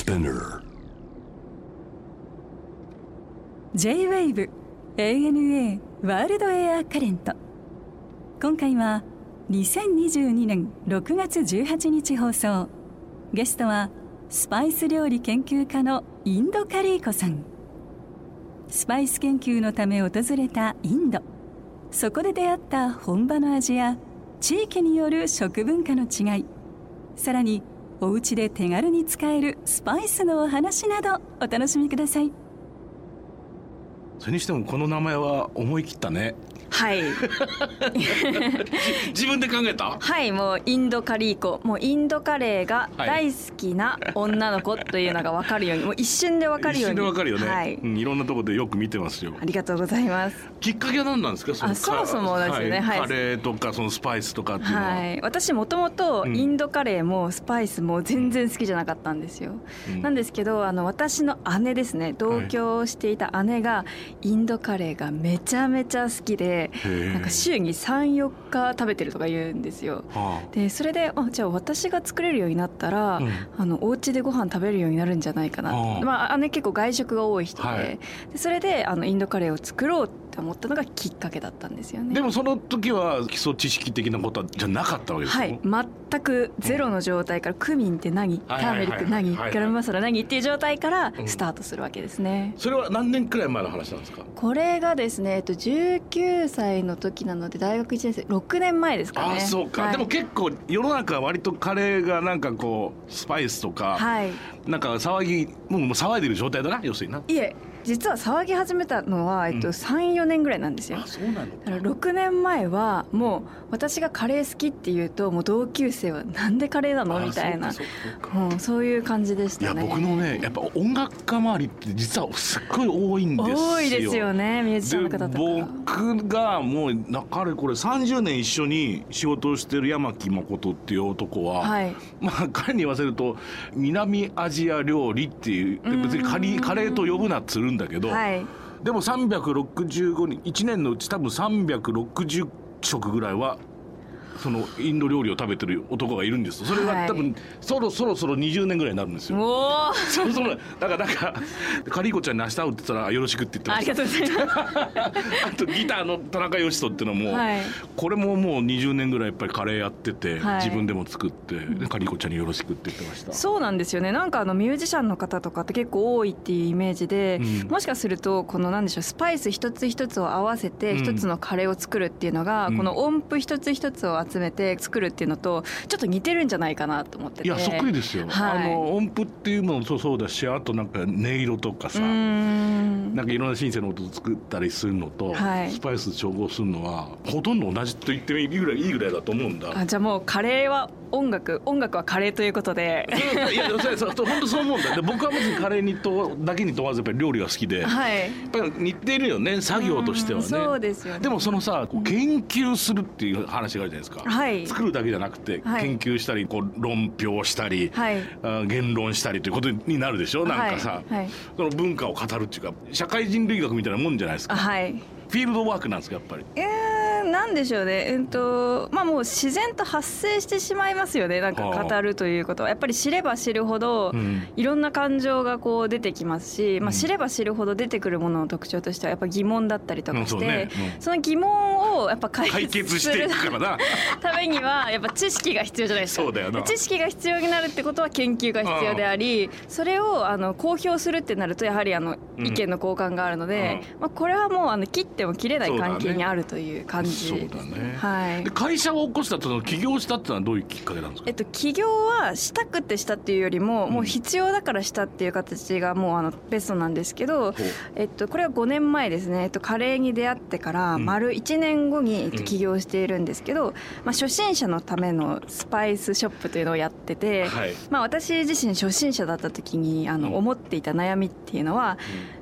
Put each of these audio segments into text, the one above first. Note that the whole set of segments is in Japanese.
Spinner J-Wave ANA ワールドエアカレント。今回は2022年6月18日放送。ゲストはスパイス料理研究家のインドカリー子さん。スパイス研究のため訪れたインド。そこで出会った本場の味や地域による食文化の違い、さらにお家で手軽に使えるスパイスのお話などお楽しみください。 それにしてもこの名前は思い切ったね。 はい自分で考えた？ はい、もうインドカリー子、もうインドカレーが大好きな女の子というのが分かるように、もう一瞬で分かるように。 一瞬で分かるよね、 はい、 いろんなところでよく見てますよ。 ありがとうございます。 きっかけは何なんですか？ そもそもですよね、 カレーとかそのスパイスとかっていうのは、 はい、私もともとインドカレーもスパイスも全然好きじゃなかったんですよ、なんですけど私の姉ですね、同居していた姉がインドカレーがめちゃめちゃ好きで、なんか週に 3,4 日食べてるとか言うんですよ、でそれでじゃあ私が作れるようになったら、お家でご飯食べるようになるんじゃないかな、姉結構外食が多い人で、でそれでインドカレーを作ろうって思ったのがきっかけだったんですよね。 でもその時は基礎知識的なことじゃなかったわけですか？はい、 全くゼロの状態から、クミンって何、ターメリック何、ガラムマサラ何っていう状態からスタートするわけですね、 それは何年くらい前の話なんですか？ これがですね、19歳の時なので大学1年生、6年前ですかね。 そうか、でも結構世の中は割とカレーがなんかこうスパイスとか、なんか騒ぎ、もう騒いでる状態だな、要するにな。 いえ、実は騒ぎ始めたのは、3、4年ぐらいなんですよ。 そうなのか。 だから6年前はもう私がカレー好きっていうと、もう同級生はなんでカレーなのみたいな、そういう感じでしたね。 いや僕のね、やっぱ音楽家周りって実はすっごい多いんですよ。 多いですよね、ミュージシャンの方とか。 僕がもうかれこれ30年一緒に仕事をしてる山木誠っていう男は、彼に言わせると南アジア料理っていう、別にカレーと呼ぶなっつるんだけど、でも365日1年のうち多分360食ぐらいはそのインド料理を食べてる男がいるんです。それが多分そろそろ20年ぐらいになるんですよ。そうだからカリー子ちゃんに明日会うって言ったらよろしくって言ってました。 ありがとうございますあとギターの田中義人っていうのも、これももう20年ぐらいやっぱりカレーやってて、自分でも作ってカリー子ちゃんによろしくって言ってました。 そうなんですよね。なんかミュージシャンの方とかって結構多いっていうイメージで、もしかするとこのなんでしょう、スパイス一つ一つを合わせて一つのカレーを作るっていうのが、この音符一つ一つを集めて作るっていうのとちょっと似てるんじゃないかなと思ってて。 いや、そっくりですよ、音符っていうのもそうだし、あとなんか音色とかさ、なんかいろんなシンセの音を作ったりするのと、スパイス調合するのはほとんど同じと言ってもいいぐらいだと思うんだ。 じゃあもうカレーは音楽はカレーということで。 いや、本当そう思うんだ。で僕はまずカレーだけに問わずやっぱり料理が好きで、やっぱり似てるよね、作業としてはね。 そうですよね。 でもそのさ、研究するっていう話があるじゃないですか、作るだけじゃなくて、研究したり論評したり、言論したりということになるでしょ。なんかさ、その文化を語るっていうか、社会人類学みたいなもんじゃないですか。フィールドワークなんですか、やっぱり。 なんでしょうね、もう自然と発生してしまいますよね。なんか語るということはやっぱり知れば知るほど、いろんな感情がこう出てきますし、知れば知るほど出てくるものの特徴としてはやっぱ疑問だったりとかして、その疑問をやっぱ解決していくからためにはやっぱ知識が必要じゃないですか。 そうだよな。 知識が必要になるってことは研究が必要であり、それを公表するってなるとやはり意見の交換があるので、これはもう切っても切れない関係にあるという感じ。 そうだね。で会社を起こしたと起業したってのはどういうきっかけなんですか？ 起業はしたくてしたっていうよりも、もう必要だからしたっていう形がもうベストなんですけど、これは5年前ですね。カレーに出会ってから丸1年後に起業しているんですけど、初心者のためのスパイスショップというのをやってて、私自身初心者だった時に思っていた悩みっていうのは、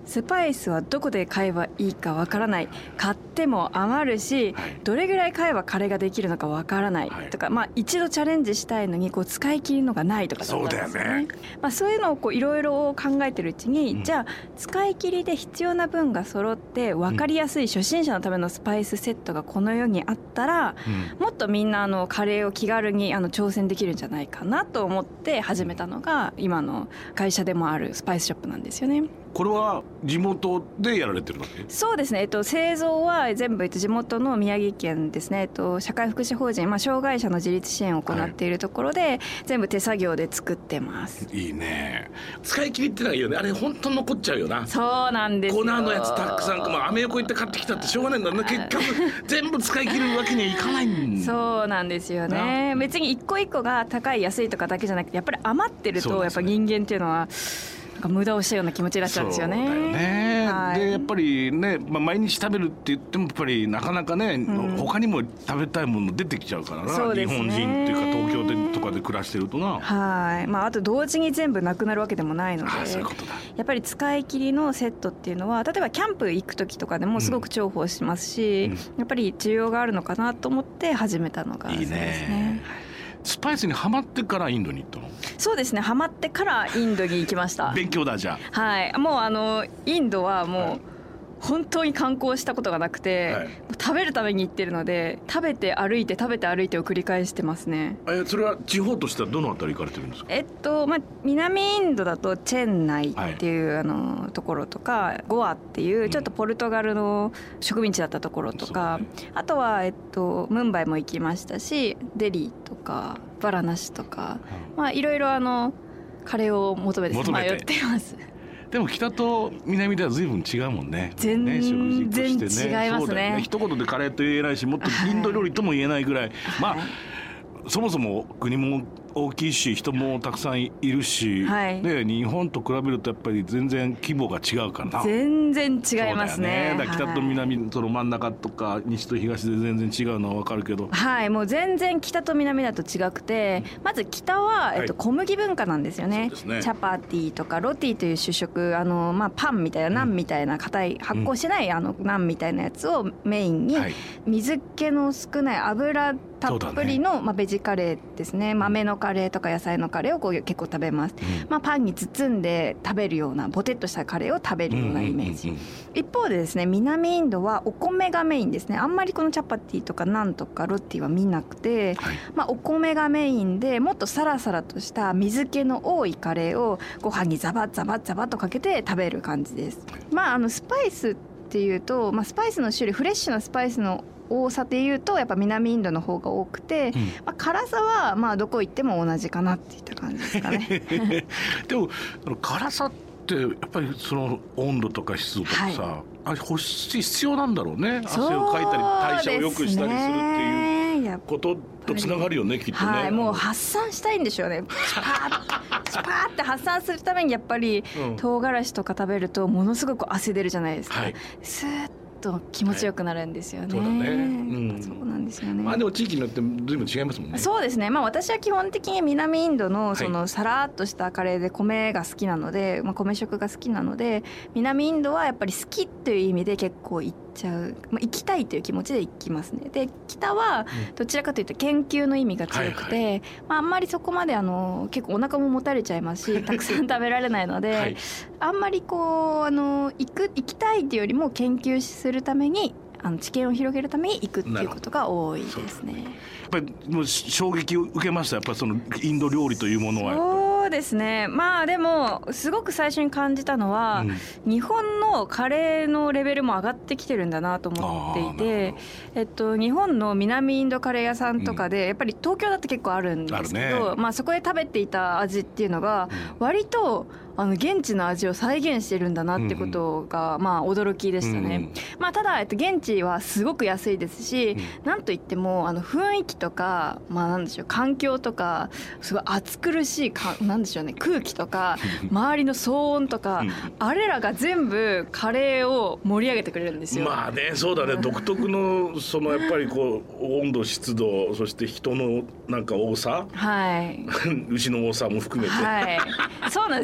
スパイスはどこで買えばいいかわからない、買っても余るし、どれぐらい買えばカレーができるのかわからないとか、一度チャレンジしたいのに使い切るのがないとかだったんですよね。そういうのをいろいろ考えてるうちに、じゃあ使い切りで必要な分が揃って分かりやすい初心者のためのスパイスセットがこの世にあったら、もっとみんなカレーを気軽に挑戦できるんじゃないかなと思って始めたのが今の会社でもあるスパイスショップなんですよね。 これは地元でやられてるわけ？ そうですね、製造は全部地元の宮城県ですね、社会福祉法人、障害者の自立支援を行っているところで、全部手作業で作ってます。 いいね。使い切りってのがいいよね。あれ本当残っちゃうよな。 そうなんですよ。 粉のやつたくさん、アメ横行って買ってきたってしょうがないんだね。結局全部使い切るわけにはいかないんだ。 そうなんですよね。別に一個一個が高い安いとかだけじゃなくて、やっぱり余ってるとやっぱ人間っていうのは無駄をしたような気持ちになっちゃうんですよね。 そうだよね、でやっぱりね、毎日食べるって言ってもやっぱりなかなかね、他にも食べたいもの出てきちゃうからな、日本人っていうか東京でとかで暮らしてるとな。 あと同時に全部なくなるわけでもないので、 そういうことだ。 やっぱり使い切りのセットっていうのは、例えばキャンプ行く時とかでもすごく重宝しますし、やっぱり需要があるのかなと思って始めたのがそうですね。 スパイスにハマってからインドに行ったの？ そうですね、ハマってからインドに行きました勉強だじゃあ。もうインドはもう本当に観光したことがなくて、食べるために行ってるので、食べて歩いて食べて歩いてを繰り返してますね。 それは地方としてはどのあたり行かれてるんですか？ 南インドだとチェンナイっていう、ところとか、ゴアっていうちょっとポルトガルの植民地だったところとか、あとはムンバイも行きましたし、デリーとかバラナシとか、いろいろカレーを求めて迷っています。 でも北と南では随分違うもんね。 全然違いますね。 一言でカレーと言えないし、もっとインド料理とも言えないぐらい、そもそも国も大きいし人もたくさんいるし、日本と比べるとやっぱり全然規模が違うからな。 全然違いますね。 だから北と南、その真ん中とか西と東で全然違うのは分かるけど、 もう全然北と南だと違くて、まず北は、小麦文化なんですよね。チャパティとかロティという主食、パンみたいな、ナンみたいな硬い発酵しないナンみたいなやつをメインに、水気の少ない油たっぷりの、ベジカレーですね。豆のカレーとか野菜のカレーを結構食べます。パンに包んで食べるようなボテッとしたカレーを食べるようなイメージ。一方でですね、南インドはお米がメインですね。あんまりこのチャパティとかナンとかロティは見なくて、お米がメインで、もっとサラサラとした水気の多いカレーをご飯にザバザバザバとかけて食べる感じです。スパイスっていうと、スパイスの種類、フレッシュなスパイスの多さでいうとやっぱ南インドの方が多くて、辛さはどこ行っても同じかなっていった感じですかね。 でも辛さってやっぱりその温度とか湿度とかさ、必要なんだろうね。汗をかいたり代謝を良くしたりするっていうこととつながるよね、きっとね。もう発散したいんでしょうね。スパーって発散するためにやっぱり唐辛子とか食べるとものすごく汗出るじゃないですか。スーッと気持ちよくなるんですよね。 そうだね。 そうなんですよね。 でも地域によって随分違いますもんね。 そうですね。私は基本的に南インドのそのサラーっとしたカレーで米が好きなので、米食が好きなので、南インドはやっぱり好きという意味で結構行っちゃう、行きたいという気持ちで行きますね。で北はどちらかというと研究の意味が強くて、あんまりそこまで結構お腹ももたれちゃいますしたくさん食べられないので、あんまり行きたいというよりも研究するために知見を広げるために行くっていうことが多いですね。 やっぱりもう衝撃を受けました。やっぱりそのインド料理というものは。 そうですね。でもすごく最初に感じたのは、日本のカレーのレベルも上がってきてるんだなと思っていて、日本の南インドカレー屋さんとかで、やっぱり東京だって結構あるんですけど、そこで食べていた味っていうのが割と現地の味を再現してるんだなってことが驚きでしたね。ただ現地はすごく安いですし、なんといっても雰囲気とかなんでしょう、環境とかすごい暑苦しいなんでしょうね、空気とか周りの騒音とか、あれらが全部カレーを盛り上げてくれるんですよ。 そうだね。独特のやっぱり温度湿度、そして人の多さ、牛の多さも含めて、 そうなんですよ。こ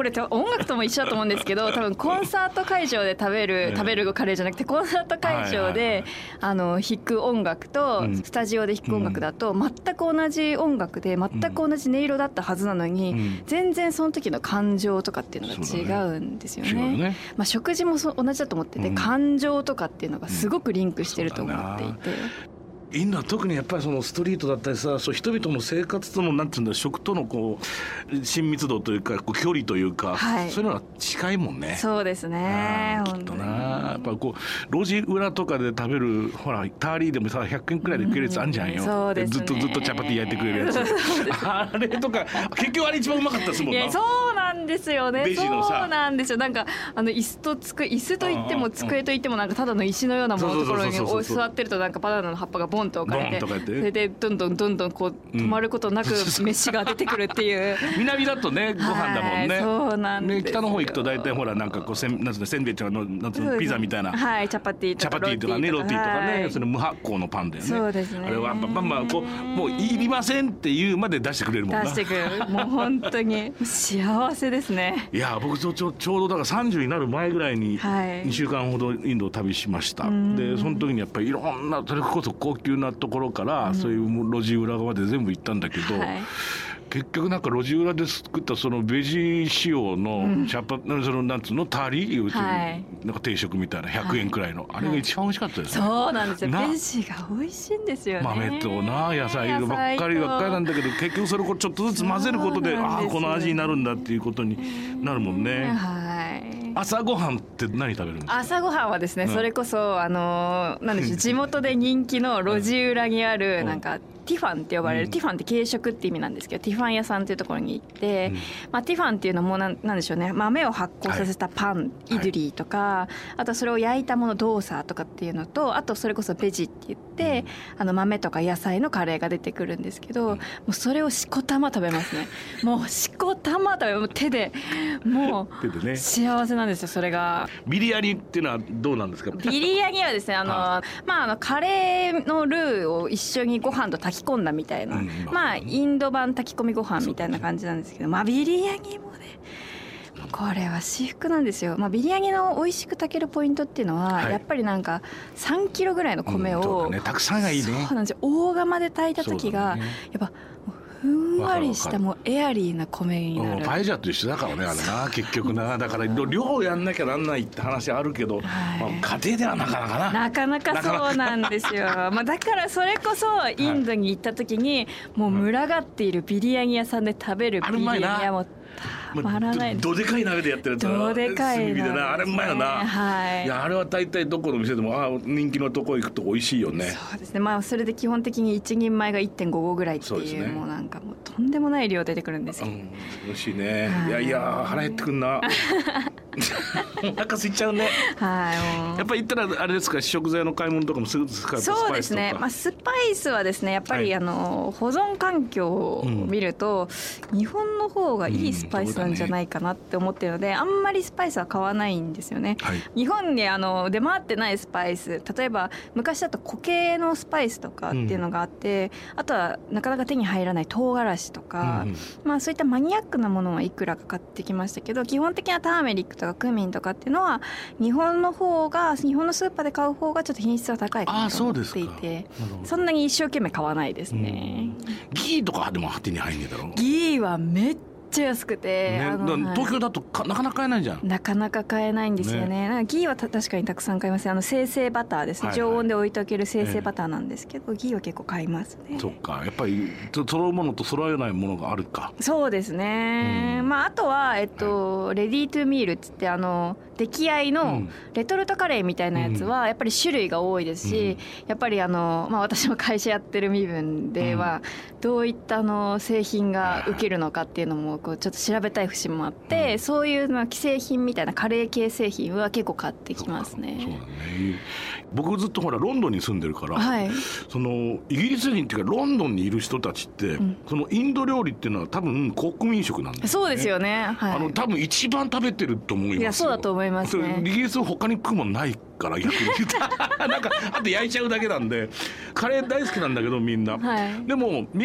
れ音楽とも一緒だと思うんですけど、多分コンサート会場で食べるカレーじゃなくて、コンサート会場で弾く音楽とスタジオで弾く音楽だと全く同じ音楽で全く同じ音色だったはずなのに、全然その時の感情とかっていうのが違うんですよね。まあ、食事も同じだと思ってて、感情とかっていうのがすごくリンクしてると思っていて、 インドは特にやっぱりそのストリートだったりさ、人々の生活とのなんていうんだ、食とのこう親密度というか距離というか、そういうのが近いもんね。 そうですね、 きっとな。やっぱこう路地裏とかで食べるほらターリーでもさ100円くらいで食えるやつあんじゃんよ、 そうですね、 ずっとチャパティ焼いてくれるやつあれとか結局あれ一番うまかったですもんな。 いやそうなんですよね、そうなんですよ。なんか椅子といっても机といってもなんかただの石のようなもののところに座ってるとなんかバナナの葉っぱがボンと置かれて、それでどんどんこう止まることなく飯が出てくるっていう、 南だとねご飯だもんね。 そうなんですよ。 北の方行くと大体ほらなんかこうせんべいとかのピザみたいな、 チャパティとかね、ロティとかね、それ無発酵のパンだよね。 そうですね。 あれはバンバンこうもういりませんっていうまで出してくれるもんな。 出してくれる。もう本当に幸せですね。 いや僕ちょうどだから30になる前ぐらいに2週間ほどインドを旅しました。でその時にやっぱりいろんなそれこそ高級なところからそういう路地裏側で全部行ったんだけど、結局なんか路地裏で作ったそのベジ仕様のそのなんつうのタリー、なんか定食みたいな100円くらいの、あれが一番美味しかったですね。 そうなんですよ。ベジが美味しいんですよね。 豆と野菜ばっかりなんだけど、結局それをちょっとずつ混ぜることでこの味になるんだっていうことになるもんね。朝ごはんって何食べるんですか？ 朝ごはんはですね、それこそなんでしょう、地元で人気の路地裏にあるなんかティファンって呼ばれる、ティファンって軽食って意味なんですけど、ティファン屋さんっていうところに行って、ティファンっていうのもなんでしょうね、豆を発酵させたパン、イドゥリーとか、あとそれを焼いたものドーサーとかっていうのと、あとそれこそベジって言って、豆とか野菜のカレーが出てくるんですけど、もうそれをしこたま食べますね。もうしこたま食べ、もう手でもう幸せなんですよ、それが。 ビリヤニっていうのはどうなんですか？ ビリヤニはですね、カレーのルーを一緒にご飯と炊き込んだみたいな、インド版炊き込みご飯みたいな感じなんですけど、ビリヤニもね、これは至福なんですよ。ビリヤニの美味しく炊けるポイントっていうのは、やっぱりなんか3キロぐらいの米を、 たくさんがいいね。 そうなんですよ。大釜で炊いた時が、やっぱふんわりしたもうエアリーな米になる。 パエジャと一緒だからね、あれな結局な。だから量やんなきゃなんないって話あるけど、家庭ではなかなかな。 なかなかそうなんですよ。だからそれこそインドに行った時に、もう群がっているビリヤニ屋さんで食べるビリヤニはもうたまらない。 どでかい鍋でやってるやつだ。 どでかい鍋ですね。 あれうまいよな。いやあれは大体どこの店でも人気のとこ行くと美味しいよね。 そうですね。それで基本的に1人前が 1.5 合ぐらいっていう、もうなんかもうとんでもない量出てくるんですよ。 美味しいね。いや腹減ってくんな。お腹空いちゃうね。やっぱり行ったらあれですか、食材の買い物とかもすぐ使う。 そうですね。スパイスはですね、やっぱり保存環境を見ると、日本の方がいいスパイスなんじゃないかなって思ってるので、あんまりスパイスは買わないんですよね。日本に出回ってないスパイス、例えば昔だと固形のスパイスとかっていうのがあって、あとはなかなか手に入らない唐辛子とか、そういったマニアックなものはいくらか買ってきましたけど、基本的なターメリックとかクミンとかっていうのは日本のスーパーで買う方がちょっと品質は高いかなと思っていて、そんなに一生懸命買わないですね。 ギーとかでも手に入んねえだろ。 ギーはめっちゃ安くて、 東京だとなかなか買えないじゃん。 なかなか買えないんですよね。ギーは確かにたくさん買います。精製バターですね、常温で置いておける精製バターなんですけど、ギーは結構買いますね。 そっか、やっぱり揃うものと揃えないものがあるか。 そうですね。あとはレディートゥミールっつって出来合いのレトルトカレーみたいなやつはやっぱり種類が多いですし、やっぱり私も会社やってる身分ではどういった製品が受けるのかっていうのもちょっと調べたい節もあって、そういう既製品みたいなカレー系製品は結構買ってきますね。 そうだね。僕ずっとほらロンドンに住んでるから、そのイギリス人っていうかロンドンにいる人たちって、そのインド料理っていうのは多分国民食なんですよね。そうですよね。多分一番食べてると思いますよ。いやそうだと思いますね。イギリス他に食うもんないから逆に言ったなんかあと焼いちゃうだけなんで、カレー大好きなんだけどみんな、でもみんな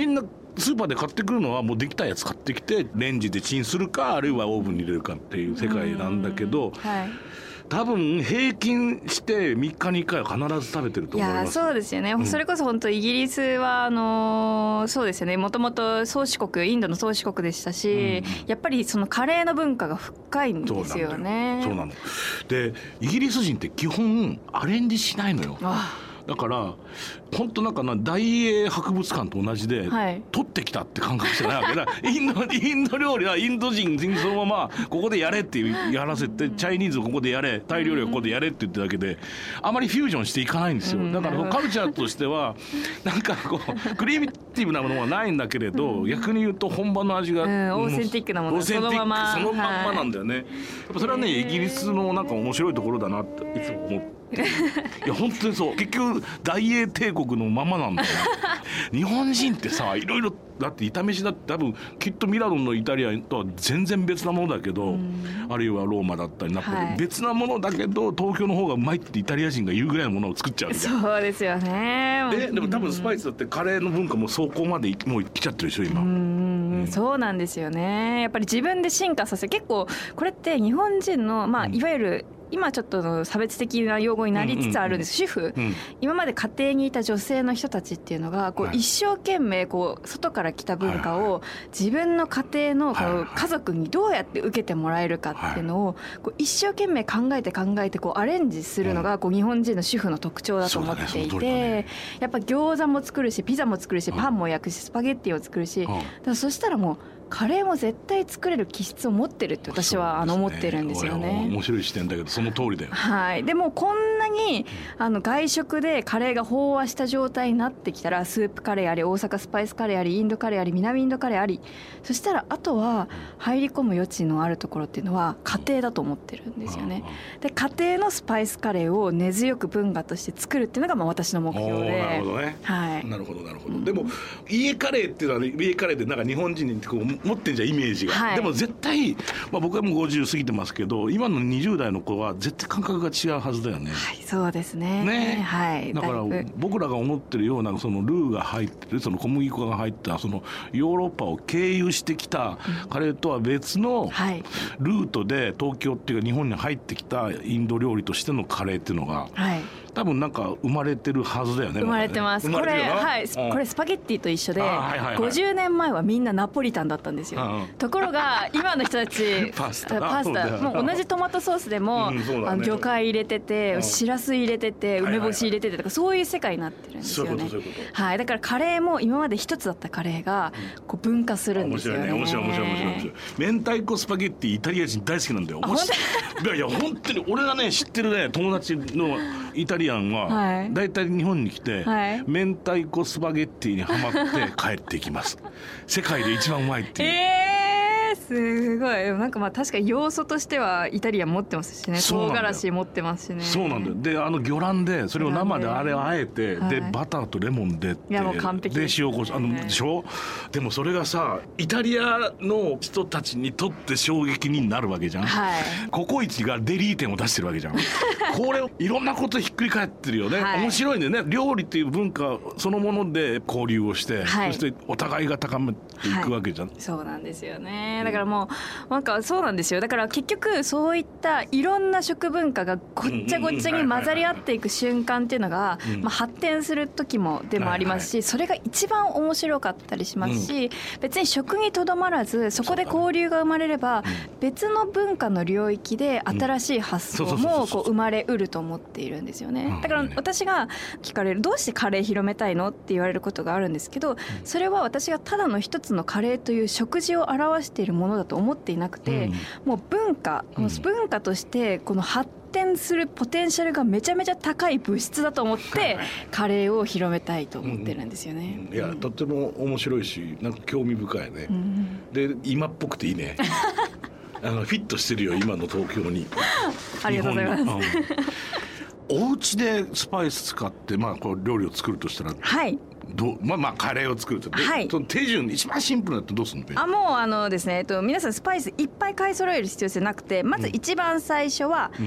スーパーで買ってくるのはもうできたやつ買ってきてレンジでチンするかあるいはオーブンに入れるかっていう世界なんだけど、はい、多分平均して3日に1回は必ず食べてると思います。 いやそうですよね、それこそ本当イギリスはそうですよね、もともと宗主国インドの宗主国でしたし、やっぱりそのカレーの文化が深いんですよね。 そうなのでイギリス人って基本アレンジしないのよ。だから本当なんか大英博物館と同じで、はい、取ってきたって感覚じゃないわけだ。インド料理はインド人そのままここでやれってやらせて、チャイニーズをここでやれ、タイ料理をここでやれって言ってるだけであまりフュージョンしていかないんですよ。だからカルチャーとしてはなんかこうクリエイティブなものはないんだけれど、逆に言うと本場の味が、 オーセンティックなものそのままそのまんまなんだよね。やっぱそれはねイギリスのなんか面白いところだなっていつも思って。いや本当にそう、結局大英帝国のままなんだよな。日本人ってさいろいろだって炒めしだって多分きっとミラノのイタリアンとは全然別なものだけど、あるいはローマだったりナポリ、はい、別なものだけど東京の方がうまいってイタリア人が言うぐらいのものを作っちゃうみたいな。 そうですよね。 でも多分スパイスだってカレーの文化もそこまでもう来ちゃってるでしょ今。 そうなんですよね。やっぱり自分で進化させ、結構これって日本人のいわゆる今ちょっと差別的な用語になりつつあるんです、主婦、今まで家庭にいた女性の人たちっていうのがこう一生懸命こう外から来た文化を自分の家庭のこう家族にどうやって受けてもらえるかっていうのをこう一生懸命考えてこうアレンジするのがこう日本人の主婦の特徴だと思っていて、やっぱ餃子も作るしピザも作るしパンも焼くしスパゲッティを作るし、だからそしたらもうカレーも絶対作れる気質を持ってるって私は思ってるんですよね。 面白い視点だけどその通りだよ。 はい。でもこんなに外食でカレーが飽和した状態になってきたら、スープカレーあり大阪スパイスカレーありインドカレーあり南インドカレーあり、そしたらあとは入り込む余地のあるところっていうのは家庭だと思ってるんですよね。で家庭のスパイスカレーを根強く文化として作るっていうのが私の目標で。 なるほどね。はい。なるほど。でも家カレーっていうのはね、家カレーでなんか日本人にこう持ってんじゃんイメージが、はい、でも絶対、僕はもう50過ぎてますけど今の20代の子は絶対感覚が違うはずだよね。 はい、そうですね。はい、 だから僕らが思ってるようなそのルーが入ってるその小麦粉が入ったそのヨーロッパを経由してきたカレーとは別のルートで東京っていうか日本に入ってきたインド料理としてのカレーっていうのが、はい、多分なんか生まれてるはずだよね。 生まれてます。これ、はい、これスパゲッティと一緒で、50年前はみんなナポリタンだったんですよ。ところが今の人たちパスタもう同じトマトソースでも、魚介入れててしらす入れてて梅干し入れててとかそういう世界になってるんですよね。はい、だからカレーも今まで一つだったカレーがこう分化するんですよね。 面白い。明太子スパゲッティイタリア人大好きなんだよ。いや本当に俺がね知ってるね友達のイタリアンはだいたい日本に来て、明太子スパゲッティにハマって帰ってきます。世界で一番うまいっていう。 すごい。なんか確かに要素としてはイタリアン持ってますしね。唐辛子持ってますしね。 そうなんだよ。で魚卵でそれを生であれをあえて、でバターとレモンでいやもう完璧で塩コショウでしょ。でもそれがさイタリアの人たちにとって衝撃になるわけじゃん。ココイチがデリー店を出してるわけじゃん。これいろんなことひっくり返ってるよね。面白いんだよね。料理っていう文化そのもので交流をして、そしてお互いが高めていくわけじゃん。 そうなんですよね。だからもうなんかそうなんですよ。だから結局そういったいろんな食文化がごっちゃごっちゃに混ざり合っていく瞬間っていうのが、発展する時もでもありますし、それが一番面白かったりしますし、別に食にとどまらずそこで交流が生まれれば別の文化の領域で新しい発想もこう生まれうると思っているんですよね。だから私が聞かれるどうしてカレー広めたいのって言われることがあるんですけど、それは私がただの一つのカレーという食事を表しているものだと思っていなくて、もう文化としてこの発展するポテンシャルがめちゃめちゃ高い物質だと思ってカレーを広めたいと思ってるんですよね。 いやとっても面白いしなんか興味深いね。で今っぽくていいね。フィットしてるよ今の東京に。 ありがとうございます。 お家でスパイス使ってこう料理を作るとしたら、カレーを作ると、その手順一番シンプルなってどうするの？もうですね、皆さんスパイスいっぱい買い揃える必要性なくて、まず一番最初は、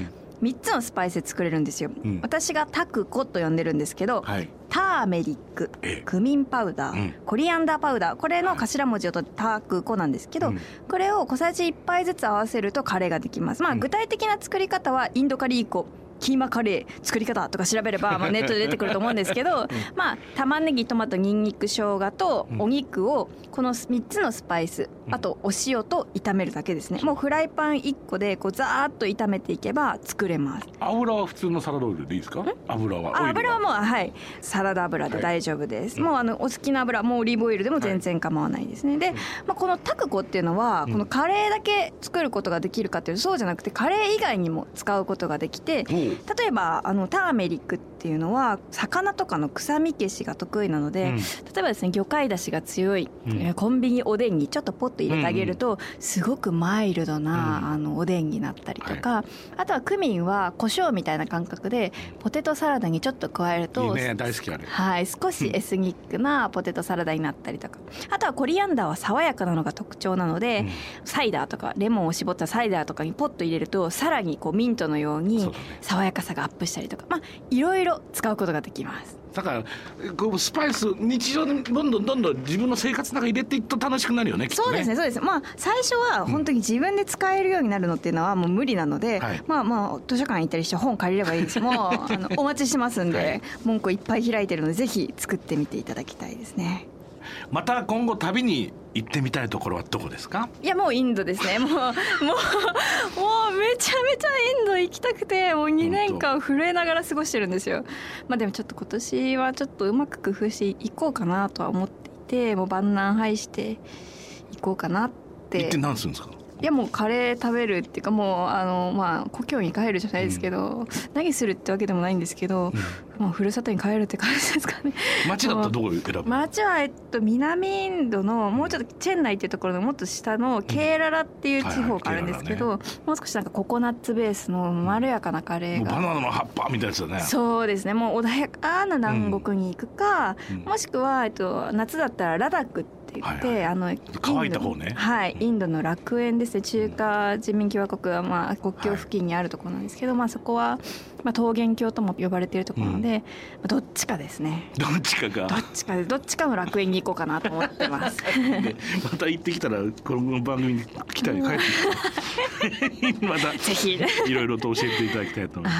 3つのスパイスで作れるんですよ、私がタクコと呼んでるんですけど、ターメリック、クミンパウダー、コリアンダーパウダー、これの頭文字を取ってタクコなんですけど、これを小さじ1杯ずつ合わせるとカレーができます。具体的な作り方はインドカリー粉キーマカレー作り方とか調べれば、ネットで出てくると思うんですけど玉ねぎ、トマト、ニンニク、生姜とお肉をこの3つのスパイス、あとお塩と炒めるだけですね。もうフライパン1個でこうザーッと炒めていけば作れます。 油は普通のサラダオイルでいいですか？油はもうサラダ油で大丈夫です、もうお好きな油、もうオリーブオイルでも全然構わないですね。で、このタクコっていうのはこのカレーだけ作ることができるかっていうとそうじゃなくて、カレー以外にも使うことができて、例えばターメリックっていうのは魚とかの臭み消しが得意なので、例えばですね、魚介だしが強い、コンビニおでんにちょっとポッと入れてあげると、すごくマイルドな、おでんになったりとか、あとはクミンは胡椒みたいな感覚でポテトサラダにちょっと加えると、 いいね、大好きあれ、 少しエスニックなポテトサラダになったりとか、あとはコリアンダーは爽やかなのが特徴なので、サイダーとかレモンを絞ったサイダーとかにポッと入れるとさらにこうミントのように爽やかさがアップしたりとか、いろいろ使うことができます。 だからこうスパイス日常でどんどん自分の生活の中に入れていくと楽しくなるよね、きっとね。 そうですね、そうです。最初は本当に自分で使えるようになるのっていうのはもう無理なので、図書館行ったりして本借りればいいです。もうお待ちしてますんで、門戸いっぱい開いてるのでぜひ作ってみていただきたいですね。 また今後旅に行ってみたいところはどこですか？ いや、もうインドですね。もうめちゃめちゃインド行きたくて、もう2年間震えながら過ごしてるんですよ。でもちょっと今年はちょっとうまく工夫していこうかなとは思っていて、もう万難排していこうかなって。 行って何するんですか？ いや、もうカレー食べるっていうか、もう故郷に帰るじゃないですけど、何するってわけでもないんですけど、ふるさとに帰るって感じですかね。 街だったらどこ選ぶ？ 街は南インドのもうちょっとチェンナイっていうところのもっと下のケーララっていう地方があるんですけど、もう少しなんかココナッツベースのまろやかなカレーが、 バナナの葉っぱみたいなやつだね。 そうですね。もう穏やかな南国に行くか、もしくは夏だったらラダックって言って、 乾いた方ね。 インドの楽園ですね。中華人民共和国は国境付近にあるところなんですけど、そこは桃源郷とも呼ばれているところなので、どっちかですね。 どっちかの楽園に行こうかなと思ってますでまた行ってきたらこの番組に来たり帰ってきてまたぜひいろいろと教えていただきたいと思います。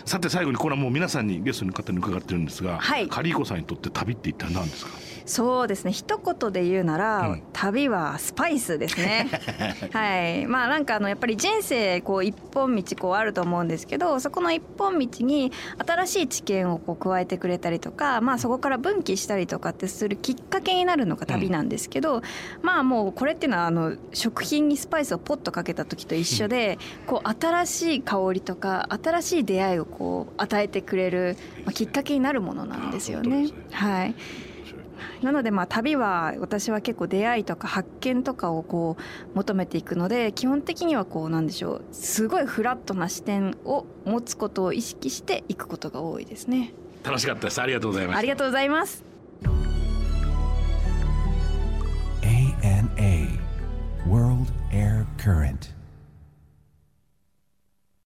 さて最後にこれはもう皆さんにゲストの方に伺ってるんですが、カリーコさんにとって旅って一体何ですか？ そうですね、一言で言うなら、旅はスパイスですねなんかやっぱり人生一本道あると思うんですけど、そこの一本道に新しい知見を加えてくれたりとか、そこから分岐したりとかってするきっかけになるのが旅なんですけど、もうこれっていうのは食品にスパイスをポッとかけた時と一緒で、新しい香りとか新しい出会いを与えてくれる、きっかけになるものなんですよね。なので旅は私は結構出会いとか発見とかを求めていくので、基本的にはなんでしょう、すごいフラットな視点を持つことを意識していくことが多いですね。 楽しかったです。ありがとうございました。 ありがとうございます。 ANA World Air Current